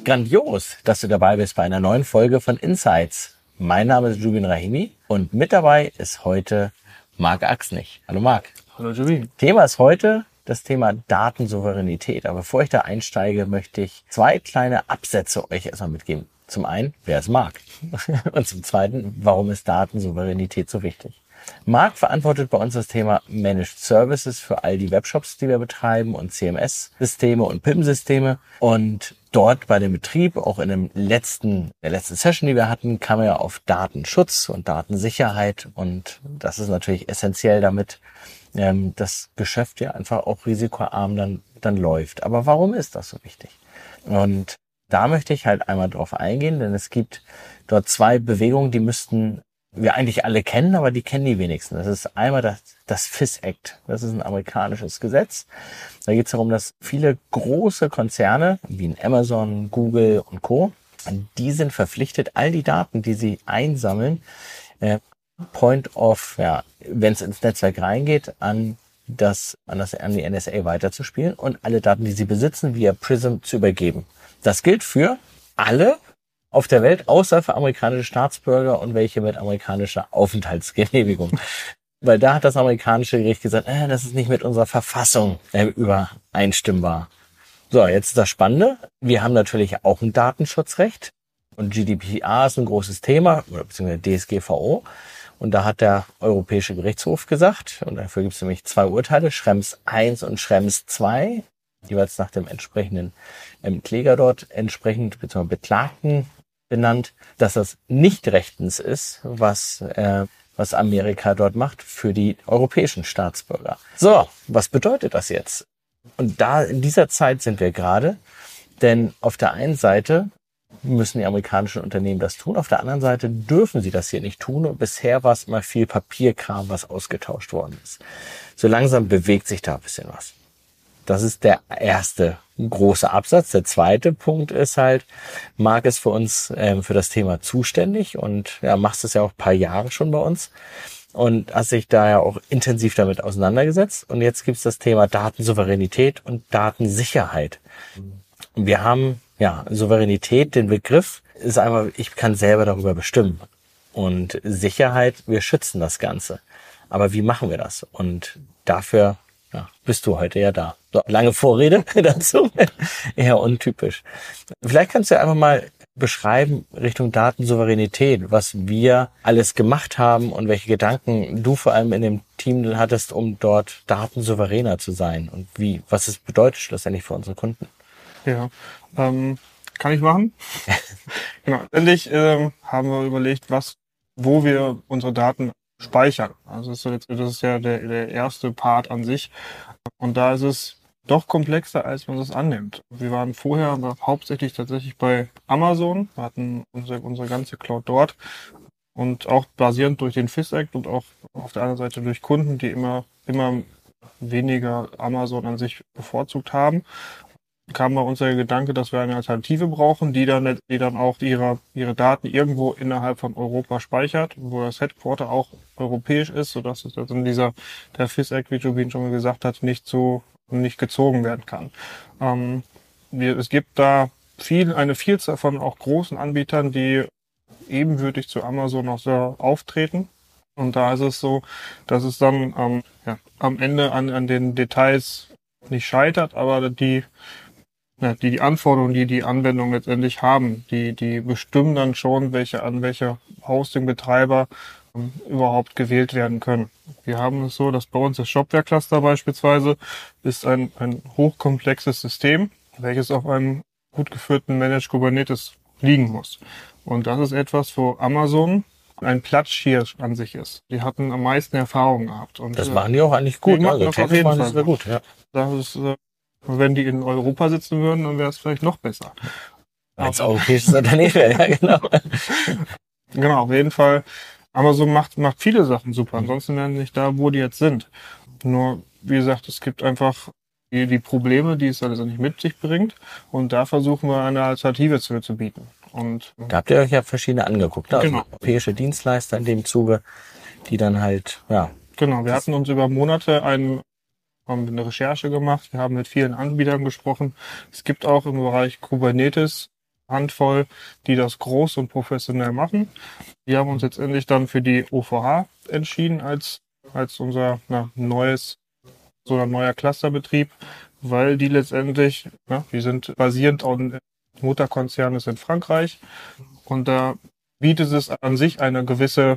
Grandios, dass du dabei bist bei einer neuen Folge von Insights. Mein Name ist Jubin Rahimi und mit dabei ist heute Marc Axnich. Hallo Marc. Hallo Jubin. Thema ist heute das Thema Datensouveränität. Aber bevor ich da einsteige, möchte ich 2 kleine Absätze euch erstmal mitgeben. Zum einen, wer ist Marc? Und zum zweiten, warum ist Datensouveränität so wichtig? Marc verantwortet bei uns das Thema Managed Services für all die Webshops, die wir betreiben und CMS-Systeme und PIM-Systeme. Und dort bei dem Betrieb, auch in der letzten Session, die wir hatten, kam er auf Datenschutz und Datensicherheit. Und das ist natürlich essentiell, damit das Geschäft ja einfach auch risikoarm dann läuft. Aber warum ist das so wichtig? Und da möchte ich halt einmal drauf eingehen, denn es gibt dort 2 Bewegungen, die müssten wir eigentlich alle kennen, aber die kennen die wenigsten. Das ist einmal das FIS Act. Das ist ein amerikanisches Gesetz. Da geht es darum, dass viele große Konzerne wie ein Amazon, Google und Co., die sind verpflichtet, all die Daten, die sie einsammeln, Point of, wenn es ins Netzwerk reingeht, an die NSA weiterzuspielen und alle Daten, die sie besitzen, via PRISM zu übergeben. Das gilt für alle auf der Welt, außer für amerikanische Staatsbürger und welche mit amerikanischer Aufenthaltsgenehmigung. Weil da hat das amerikanische Gericht gesagt, das ist nicht mit unserer Verfassung übereinstimmbar. So, jetzt ist das Spannende. Wir haben natürlich auch ein Datenschutzrecht und GDPR ist ein großes Thema, oder beziehungsweise DSGVO. Und da hat der Europäische Gerichtshof gesagt, und dafür gibt es nämlich 2 Urteile, Schrems I und Schrems II, jeweils nach dem entsprechenden Kläger dort entsprechend, beziehungsweise Beklagten benannt, dass das nicht rechtens ist, was Amerika dort macht für die europäischen Staatsbürger. So, was bedeutet das jetzt? Und da in dieser Zeit sind wir gerade, denn auf der einen Seite müssen die amerikanischen Unternehmen das tun, auf der anderen Seite dürfen sie das hier nicht tun und bisher war es immer viel Papierkram, was ausgetauscht worden ist. So langsam bewegt sich da ein bisschen was. Das ist der erste große Absatz. Der zweite Punkt ist halt, Marc ist für uns für das Thema zuständig und machst es ja auch ein paar Jahre schon bei uns und hast sich da ja auch intensiv damit auseinandergesetzt. Und jetzt gibt's das Thema Datensouveränität und Datensicherheit. Wir haben Souveränität, den Begriff ist einmal, ich kann selber darüber bestimmen. Und Sicherheit, wir schützen das Ganze. Aber wie machen wir das? Und dafür bist du heute ja da. So, lange Vorrede dazu. Eher untypisch. Vielleicht kannst du einfach mal beschreiben Richtung Datensouveränität, was wir alles gemacht haben und welche Gedanken du vor allem in dem Team hattest, um dort datensouveräner zu sein und was es bedeutet schlussendlich für unsere Kunden. Ja, kann ich machen. Genau. Endlich haben wir überlegt, wo wir unsere Daten speichern. Also das ist ja der erste Part an sich. Und da ist es doch komplexer, als man es annimmt. Wir waren vorher hauptsächlich tatsächlich bei Amazon. Wir hatten unsere ganze Cloud dort. Und auch basierend durch den FIS Act und auch auf der anderen Seite durch Kunden, die immer weniger Amazon an sich bevorzugt haben, kam bei uns der Gedanke, dass wir eine Alternative brauchen, die dann auch ihre Daten irgendwo innerhalb von Europa speichert, wo das Headquarter auch europäisch ist, sodass es dann der FIS Act, wie Jubin schon gesagt hat, nicht gezogen werden kann. Es gibt da eine Vielzahl von auch großen Anbietern, die ebenbürtig zu Amazon auch so auftreten. Und da ist es so, dass es dann am Ende an den Details nicht scheitert, aber die Anforderungen, die die Anwendungen letztendlich haben, die bestimmen dann schon, welche Hosting-Betreiber überhaupt gewählt werden können. Wir haben es so, dass bei uns das Shopware-Cluster beispielsweise ist ein hochkomplexes System, welches auf einem gut geführten Managed Kubernetes liegen muss. Und das ist etwas, wo Amazon ein Platzhirsch an sich ist. Die hatten am meisten Erfahrung gehabt. Und das machen die auch eigentlich gut. Die machen das auf jeden Fall gut. Ja. Das ist wenn die in Europa sitzen würden, dann wäre es vielleicht noch besser. Als europäisches Unternehmen, ja, genau. Genau, auf jeden Fall. Amazon macht viele Sachen super. Ansonsten wären sie nicht da, wo die jetzt sind. Nur, wie gesagt, es gibt einfach die Probleme, die es alles nicht mit sich bringt. Und da versuchen wir eine Alternative zu bieten. Und da habt ihr euch ja verschiedene angeguckt. Also genau. Europäische Dienstleister in dem Zuge, die dann halt, Genau, wir hatten uns über Monate haben eine Recherche gemacht, wir haben mit vielen Anbietern gesprochen. Es gibt auch im Bereich Kubernetes Handvoll, die das groß und professionell machen. Wir haben uns letztendlich dann für die OVH entschieden als unser neuer Clusterbetrieb, weil die letztendlich, die sind basierend auf Mutterkonzern ist in Frankreich und da bietet es an sich eine gewisse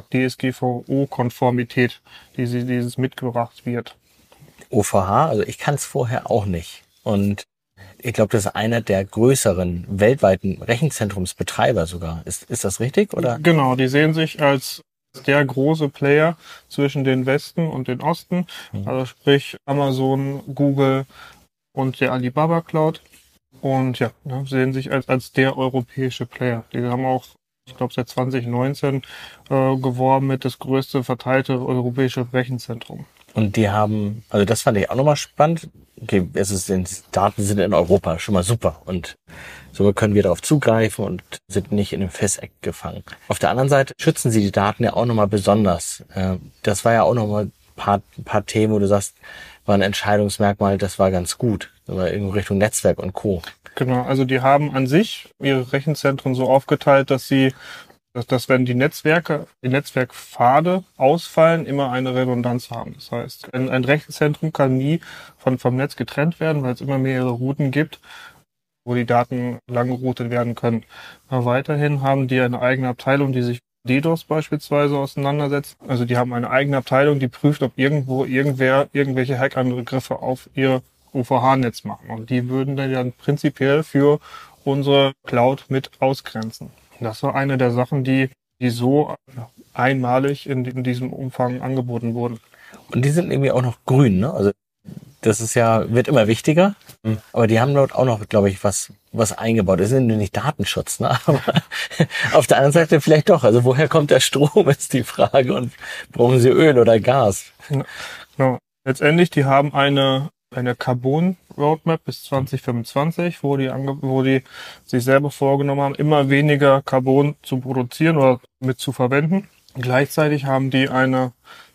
DSGVO-Konformität, dieses mitgebracht wird. OVH, also ich kann es vorher auch nicht. Und ich glaube, das ist einer der größeren weltweiten Rechenzentrumsbetreiber sogar. Ist das richtig, oder? Genau, die sehen sich als der große Player zwischen den Westen und den Osten. Also sprich Amazon, Google und der Alibaba Cloud. Und sehen sich als der europäische Player. Die haben auch, ich glaube, seit 2019 geworben mit das größte verteilte europäische Rechenzentrum. Und die haben, also das fand ich auch nochmal spannend. Okay, die Daten sind in Europa schon mal super und somit können wir darauf zugreifen und sind nicht in einem FIS-Act gefangen. Auf der anderen Seite schützen sie die Daten ja auch nochmal besonders. Das war ja auch nochmal ein paar Themen, wo du sagst, war ein Entscheidungsmerkmal, das war ganz gut. Aber in Richtung Netzwerk und Co. Genau, also die haben an sich ihre Rechenzentren so aufgeteilt, dass wenn die Netzwerkpfade ausfallen, immer eine Redundanz haben. Das heißt, ein Rechenzentrum kann nie vom Netz getrennt werden, weil es immer mehrere Routen gibt, wo die Daten lang geroutet werden können. Aber weiterhin haben die eine eigene Abteilung, die sich mit DDoS beispielsweise auseinandersetzt. Also die haben eine eigene Abteilung, die prüft, ob irgendwer irgendwelche Hackangriffe auf ihr OVH-Netz machen. Und die würden dann prinzipiell für unsere Cloud mit ausgrenzen. Das war eine der Sachen, die so einmalig in diesem Umfang angeboten wurden. Und die sind irgendwie auch noch grün, ne? Also das ist wird immer wichtiger. Aber die haben dort auch noch, glaube ich, was eingebaut. Das ist nicht Datenschutz, ne? Aber auf der anderen Seite vielleicht doch. Also woher kommt der Strom, ist die Frage. Und brauchen sie Öl oder Gas? Genau. Letztendlich, die haben eine Carbon Roadmap bis 2025, wo die sich selber vorgenommen haben, immer weniger Carbon zu produzieren oder mit zu verwenden. Gleichzeitig haben die haben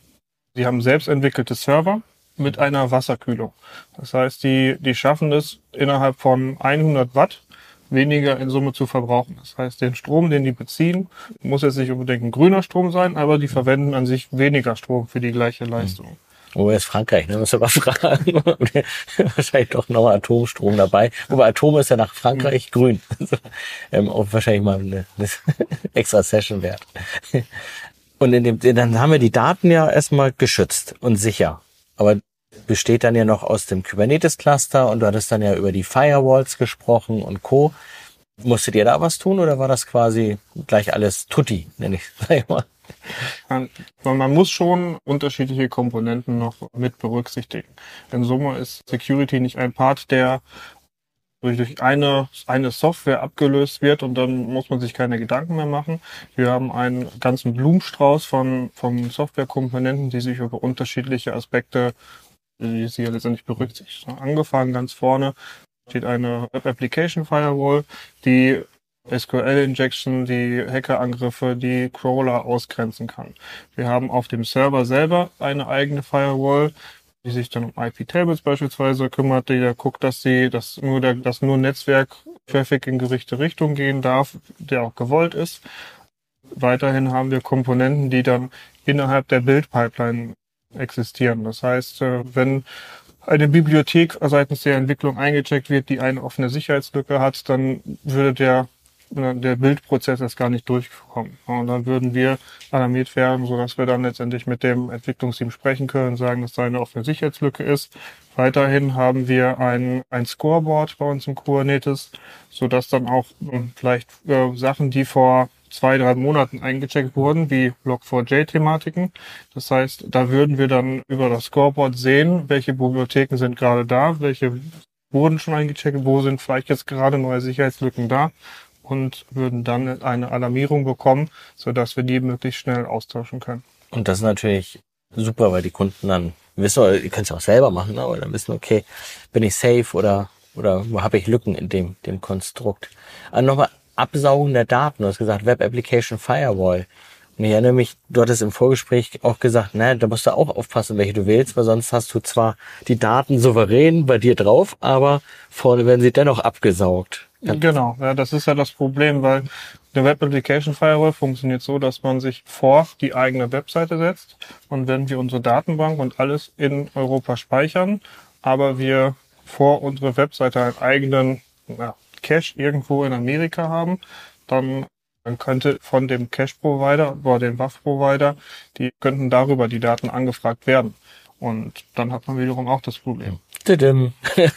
selbst entwickelte Server mit einer Wasserkühlung. Das heißt, die schaffen es innerhalb von 100 Watt weniger in Summe zu verbrauchen. Das heißt, den Strom, den die beziehen, muss jetzt nicht unbedingt ein grüner Strom sein, aber die verwenden an sich weniger Strom für die gleiche Leistung. Wobei ist Frankreich, ne? Muss man mal fragen. Wahrscheinlich doch noch Atomstrom dabei. Wobei Atom ist ja nach Frankreich grün. Also, auch wahrscheinlich mal eine extra Session wert. Und dann haben wir die Daten ja erstmal geschützt und sicher. Aber besteht dann ja noch aus dem Kubernetes-Cluster und du hattest dann ja über die Firewalls gesprochen und Co. Musstet ihr da was tun oder war das quasi gleich alles Tutti, nenne ich, sag ich mal? Man muss schon unterschiedliche Komponenten noch mit berücksichtigen. In Summe ist Security nicht ein Part, der durch eine Software abgelöst wird und dann muss man sich keine Gedanken mehr machen. Wir haben einen ganzen Blumenstrauß von Softwarekomponenten, die sich über unterschiedliche Aspekte, die sie ja letztendlich berücksichtigen. Angefangen ganz vorne steht eine Web Application Firewall, die SQL-Injection, die Hackerangriffe, die Crawler ausgrenzen kann. Wir haben auf dem Server selber eine eigene Firewall, die sich dann um IP-Tables beispielsweise kümmert, die da guckt, dass nur Netzwerk-Traffic in gerichtete Richtung gehen darf, der auch gewollt ist. Weiterhin haben wir Komponenten, die dann innerhalb der Build-Pipeline existieren. Das heißt, wenn eine Bibliothek seitens der Entwicklung eingecheckt wird, die eine offene Sicherheitslücke hat, dann würde der Bildprozess erst gar nicht durchkommen. Und dann würden wir alarmiert werden, sodass wir dann letztendlich mit dem Entwicklungsteam sprechen können und sagen, dass da eine offene Sicherheitslücke ist. Weiterhin haben wir ein Scoreboard bei uns im Kubernetes, sodass dann auch vielleicht Sachen, die vor 2-3 Monaten eingecheckt wurden, wie Log4j-Thematiken. Das heißt, da würden wir dann über das Scoreboard sehen, welche Bibliotheken sind gerade da, welche wurden schon eingecheckt, wo sind vielleicht jetzt gerade neue Sicherheitslücken da und würden dann eine Alarmierung bekommen, sodass wir die möglichst schnell austauschen können. Und das ist natürlich super, weil die Kunden dann wissen, oder ihr könnt es auch selber machen, ne? Aber dann wissen, okay, bin ich safe oder wo habe ich Lücken in dem Konstrukt. Aber nochmal Absaugen der Daten. Du hast gesagt, Web Application Firewall. Und ich erinnere mich, du hattest im Vorgespräch auch gesagt, da musst du auch aufpassen, welche du wählst, weil sonst hast du zwar die Daten souverän bei dir drauf, aber vorne werden sie dennoch abgesaugt. Genau, ja, das ist ja das Problem, weil eine Web Application Firewall funktioniert so, dass man sich vor die eigene Webseite setzt und wenn wir unsere Datenbank und alles in Europa speichern, aber wir vor unserer Webseite einen eigenen Cache irgendwo in Amerika haben, dann könnte von dem Cache-Provider oder dem WAF-Provider, die könnten darüber die Daten angefragt werden. Und dann hat man wiederum auch das Problem. Tidim.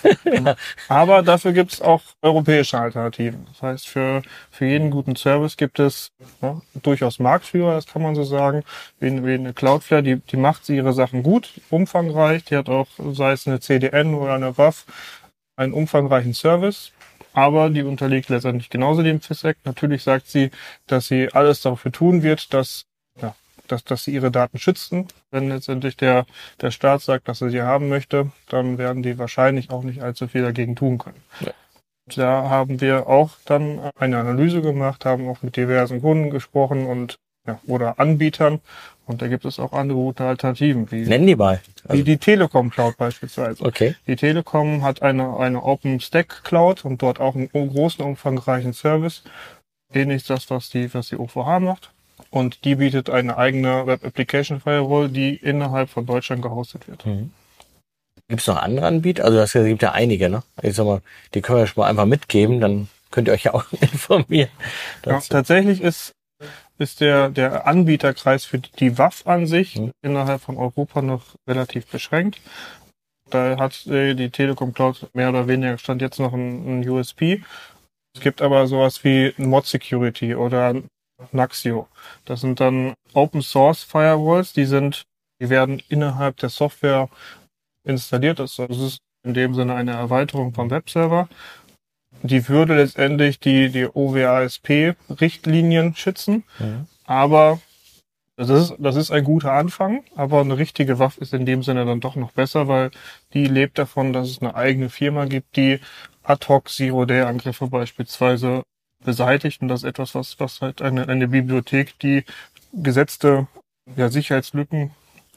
Aber dafür gibt es auch europäische Alternativen. Das heißt, für jeden guten Service gibt es durchaus Marktführer, das kann man so sagen, wie eine Cloudflare, die macht ihre Sachen gut, umfangreich, die hat auch, sei es eine CDN oder eine WAF, einen umfangreichen Service, aber die unterliegt letztendlich genauso dem FISAC. Natürlich sagt sie, dass sie alles dafür tun wird, dass sie ihre Daten schützen. Wenn letztendlich der Staat sagt, dass er sie haben möchte, dann werden die wahrscheinlich auch nicht allzu viel dagegen tun können. Ja. Da haben wir auch dann eine Analyse gemacht, haben auch mit diversen Kunden gesprochen und oder Anbietern. Und da gibt es auch andere gute Alternativen, Nennen die mal. wie die Telekom Cloud beispielsweise. Okay. Die Telekom hat eine OpenStack Cloud und dort auch einen großen, umfangreichen Service. Ähnlich das, was die OVH macht. Und die bietet eine eigene Web Application Firewall, die innerhalb von Deutschland gehostet wird. Gibt es noch andere Anbieter? Also es gibt ja einige, ne? Ich sag mal, die können wir schon mal einfach mitgeben, dann könnt ihr euch ja auch informieren. Ja, tatsächlich ist der Anbieterkreis für die WAF an sich innerhalb von Europa noch relativ beschränkt. Da hat die Telekom Cloud mehr oder weniger stand jetzt noch ein USP. Es gibt aber sowas wie Mod Security oder Naxio. Das sind dann Open Source Firewalls, die werden innerhalb der Software installiert. Das ist in dem Sinne eine Erweiterung vom Webserver. Die würde letztendlich die OWASP-Richtlinien schützen. Aber das ist ein guter Anfang, aber eine richtige Waffe ist in dem Sinne dann doch noch besser, weil die lebt davon, dass es eine eigene Firma gibt, die ad-hoc Zero-Day-Angriffe beispielsweise beseitigt. Und das ist etwas, was halt eine Bibliothek, die gesetzte Sicherheitslücken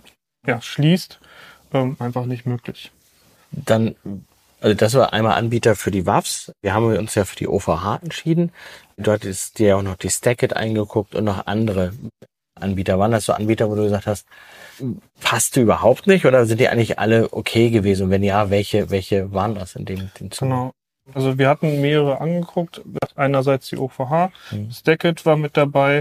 schließt, einfach nicht möglich. Dann, also das war einmal Anbieter für die WAFs. Wir haben uns ja für die OVH entschieden. Dort ist dir auch noch die Stackit eingeguckt und noch andere Anbieter. Waren das so Anbieter, wo du gesagt hast, passt du überhaupt nicht oder sind die eigentlich alle okay gewesen? Und wenn ja, welche waren das in dem Zug? Genau. Also wir hatten mehrere angeguckt. Einerseits die OVH, Stackit war mit dabei,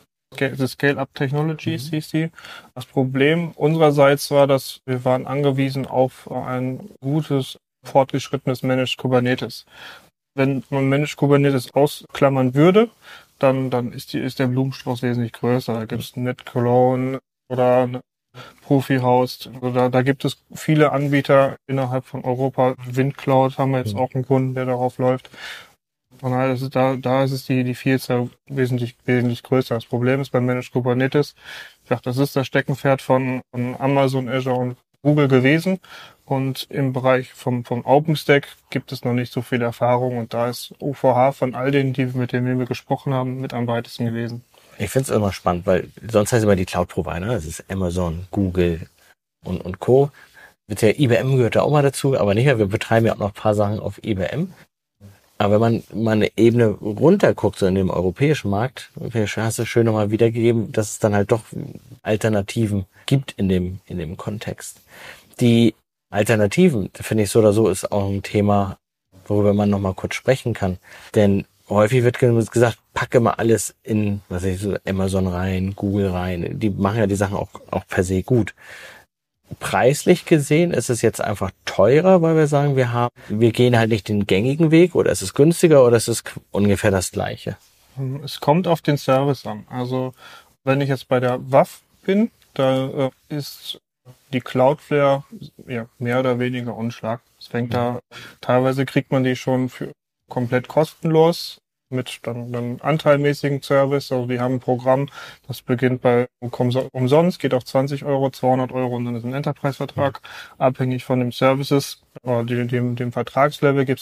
die Scale-Up Technologies hieß die. Das Problem unsererseits war, dass wir waren angewiesen auf ein gutes, fortgeschrittenes Managed Kubernetes. Wenn man Managed Kubernetes ausklammern würde, dann ist der Blumenstrauß wesentlich größer. Da gibt es NetCologne oder Profi-Host. Also da gibt es viele Anbieter innerhalb von Europa. WindCloud haben wir jetzt auch einen Kunden, der darauf läuft. Von daher da ist es die Vielzahl wesentlich größer. Das Problem ist beim Managed Kubernetes, das ist das Steckenpferd von Amazon, Azure und Google gewesen. Und im Bereich vom OpenStack gibt es noch nicht so viel Erfahrung. Und da ist OVH von all denen, mit denen wir gesprochen haben, mit am weitesten gewesen. Ich finde es immer spannend, weil sonst heißt es immer die Cloud-Provider. Das ist Amazon, Google und Co. Der IBM gehört da auch mal dazu, aber nicht mehr. Wir betreiben ja auch noch ein paar Sachen auf IBM. Aber wenn man mal eine Ebene runterguckt, so in dem europäischen Markt, hast du schön nochmal wiedergegeben, dass es dann halt doch Alternativen gibt in dem Kontext. Die Alternativen, finde ich so oder so, ist auch ein Thema, worüber man nochmal kurz sprechen kann. Denn häufig wird gesagt, packe mal alles in, so Amazon rein, Google rein. Die machen ja die Sachen auch per se gut. Preislich gesehen ist es jetzt einfach teurer, weil wir sagen, wir gehen halt nicht den gängigen Weg, oder ist es günstiger oder ist es ungefähr das Gleiche? Es kommt auf den Service an. Also wenn ich jetzt bei der WAF bin, da ist die Cloudflare mehr oder weniger unschlagbar. Es fängt teilweise kriegt man die schon für komplett kostenlos mit dann anteilmäßigen Service. Also wir haben ein Programm, das beginnt bei umsonst, geht auf 20 Euro, 200 Euro und dann ist ein Enterprise-Vertrag. Abhängig von dem Services oder dem Vertragslevel gibt es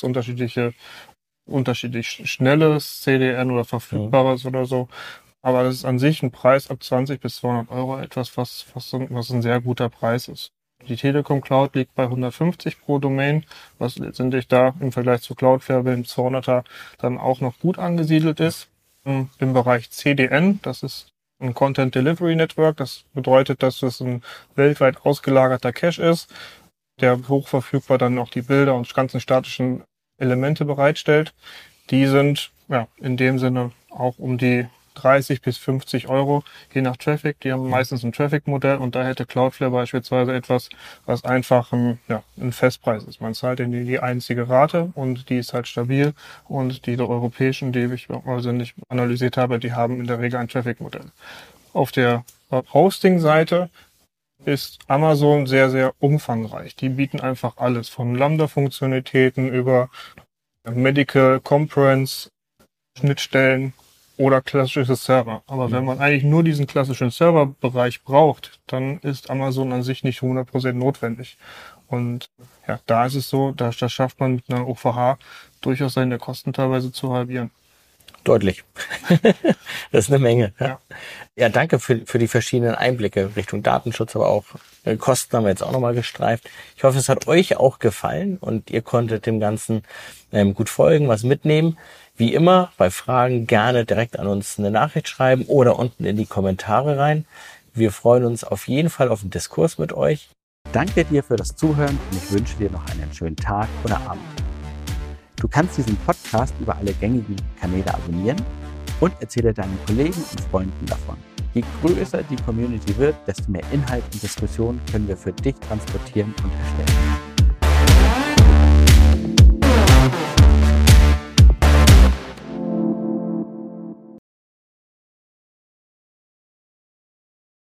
unterschiedlich schnelles CDN oder verfügbares oder so. Aber das ist an sich ein Preis ab 20 bis 200 Euro etwas, was ein sehr guter Preis ist. Die Telekom Cloud liegt bei 150 pro Domain, was letztendlich da im Vergleich zu Cloudflare mit dem 200er dann auch noch gut angesiedelt ist. Im Bereich CDN, das ist ein Content Delivery Network, das bedeutet, dass es ein weltweit ausgelagerter Cache ist, der hochverfügbar dann auch die Bilder und ganzen statischen Elemente bereitstellt. Die sind in dem Sinne auch um die 30 bis 50 Euro, je nach Traffic. Die haben meistens ein Traffic-Modell und da hätte Cloudflare beispielsweise etwas, was einfach ein Festpreis ist. Man zahlt in die einzige Rate und die ist halt stabil und die europäischen, die ich also nicht analysiert habe, die haben in der Regel ein Traffic-Modell. Auf der Hosting-Seite ist Amazon sehr, sehr umfangreich. Die bieten einfach alles von Lambda-Funktionalitäten über Medical Conference, Schnittstellen oder klassische Server. Aber wenn man eigentlich nur diesen klassischen Serverbereich braucht, dann ist Amazon an sich nicht 100% notwendig. Und da ist es so, da schafft man mit einer OVH durchaus seine Kosten teilweise zu halbieren. Deutlich. Das ist eine Menge. Ja, danke für die verschiedenen Einblicke Richtung Datenschutz, aber auch Kosten haben wir jetzt auch nochmal gestreift. Ich hoffe, es hat euch auch gefallen und ihr konntet dem Ganzen gut folgen, was mitnehmen. Wie immer, bei Fragen gerne direkt an uns eine Nachricht schreiben oder unten in die Kommentare rein. Wir freuen uns auf jeden Fall auf den Diskurs mit euch. Danke dir für das Zuhören und ich wünsche dir noch einen schönen Tag oder Abend. Du kannst diesen Podcast über alle gängigen Kanäle abonnieren und erzähle deinen Kollegen und Freunden davon. Je größer die Community wird, desto mehr Inhalt und Diskussion können wir für dich transportieren und erstellen.